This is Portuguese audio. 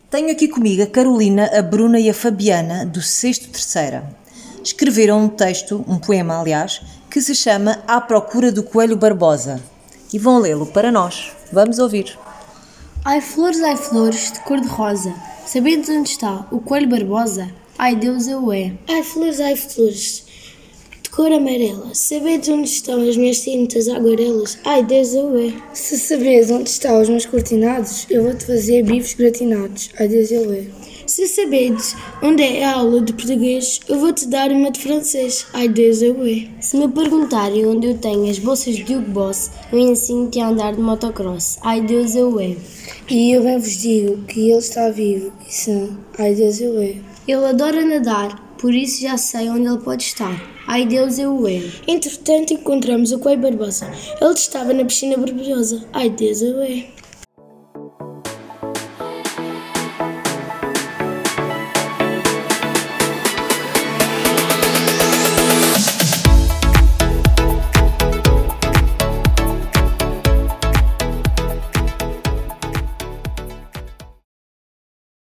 Tenho aqui comigo a Carolina, a Bruna e a Fabiana, do sexto terceira. Escreveram um texto, um poema aliás, que se chama À Procura do Coelho Barbosa. E vão lê-lo para nós. Vamos ouvir. Ai flores de cor-de-rosa, sabedes onde está o coelho Barbosa? Ai Deus eu é. Ai flores, de cor amarela, sabedes onde estão as minhas tintas aguarelas? Ai Deus eu é. Se saberes onde estão os meus cortinados, eu vou-te fazer bifes gratinados. Ai Deus eu é. Se sabedes onde é a aula de português, eu vou-te dar uma de francês. Ai Deus eu é. Se me perguntarem onde eu tenho as bolsas de Hugo Boss, eu ensino-te a andar de motocross. Ai Deus eu é. E eu bem vos digo que ele está vivo, e se não, ai Deus eu é. Ele adora nadar, por isso já sei onde ele pode estar. Ai Deus eu é. Entretanto encontramos o coelho Barbosa. Ele estava na piscina brilhosa. Ai Deus eu é.